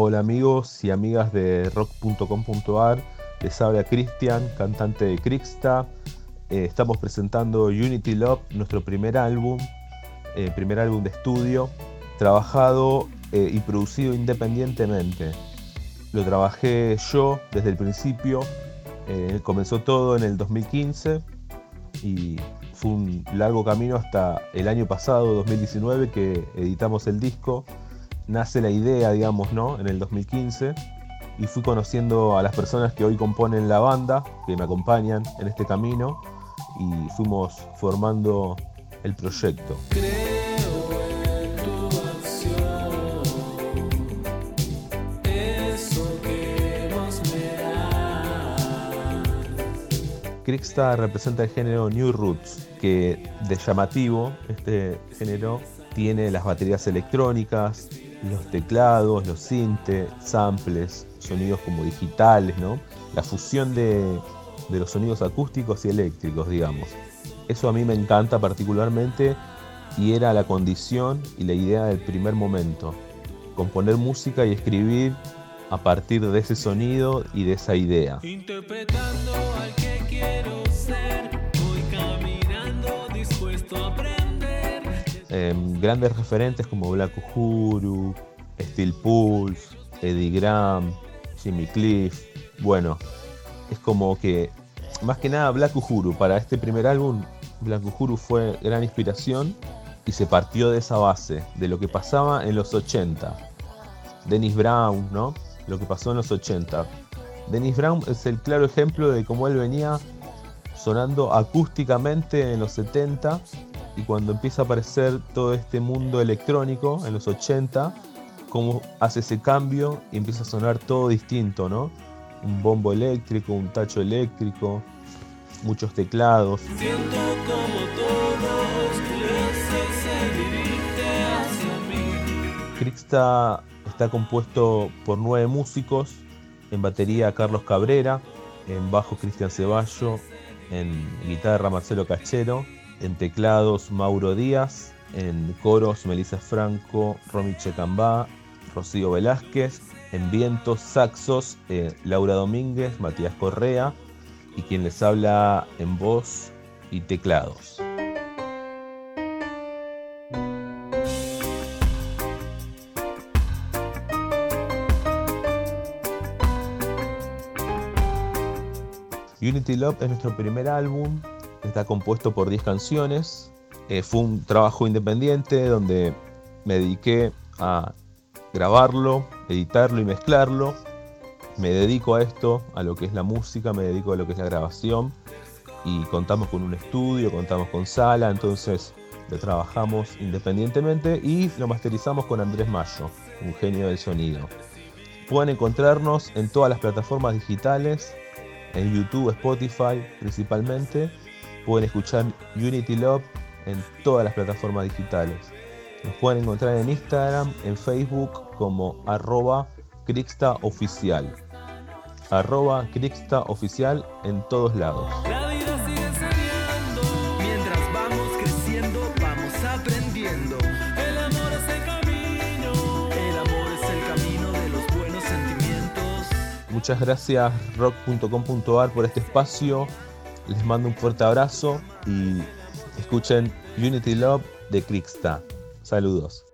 Hola amigos y amigas de rock.com.ar, les habla Cristian, cantante de Crixta. Estamos presentando Unity Love, nuestro primer álbum de estudio, trabajado y producido independientemente. Lo trabajé yo desde el principio, comenzó todo en el 2015 y fue un largo camino hasta el año pasado, 2019, que editamos el disco. Nace la idea, digamos, ¿no? En el 2015 y fui conociendo a las personas que hoy componen la banda, que me acompañan en este camino y fuimos formando el proyecto. Crixta representa el género New Roots, que de llamativo este género tiene las baterías electrónicas, los teclados, los synth, samples, sonidos como digitales, ¿no? La fusión de los sonidos acústicos y eléctricos, digamos. Eso a mí me encanta particularmente y era la condición y la idea del primer momento. Componer música y escribir a partir de ese sonido y de esa idea. Interpretando al que quiero ser, voy caminando dispuesto a aprender. Grandes referentes como Black Uhuru, Steel Pulse, Eddie Graham, Jimmy Cliff. Bueno, es como que más que nada Black Uhuru para este primer álbum. Black Uhuru fue gran inspiración y se partió de esa base, de lo que pasaba en los 80. Dennis Brown, ¿no? Lo que pasó en los 80. Dennis Brown es el claro ejemplo de cómo él venía sonando acústicamente en los 70 y cuando empieza a aparecer todo este mundo electrónico en los 80, cómo hace ese cambio y empieza a sonar todo distinto, ¿no? Un bombo eléctrico, un tacho eléctrico, muchos teclados. Siento como todos se dirige hacia mí. Crixta está compuesto por 9 músicos, en batería Carlos Cabrera, en bajo Cristian Ceballo, en guitarra Marcelo Cachero, en teclados Mauro Díaz, en coros Melissa Franco, Romy Checambá, Rocío Velázquez, en vientos saxos Laura Domínguez, Matías Correa y quien les habla en voz y teclados. Unity Love es nuestro primer álbum, está compuesto por 10 canciones. Fue un trabajo independiente donde me dediqué a grabarlo, editarlo y mezclarlo. Me dedico a esto, a lo que es la música, me dedico a lo que es la grabación y contamos con un estudio, contamos con sala, entonces lo trabajamos independientemente y lo masterizamos con Andrés Mayo, un genio del sonido. Pueden encontrarnos en todas las plataformas digitales, en YouTube, Spotify principalmente. Pueden escuchar Unity Love en todas las plataformas digitales. Nos pueden encontrar en Instagram, en Facebook como @CrixtaOficial. @CrixtaOficial en todos lados. La vida sigue enseñando, mientras vamos creciendo, vamos aprendiendo. El amor es el camino de los buenos sentimientos. Muchas gracias rock.com.ar por este espacio. Les mando un fuerte abrazo y escuchen Unity Love de Crixta. Saludos.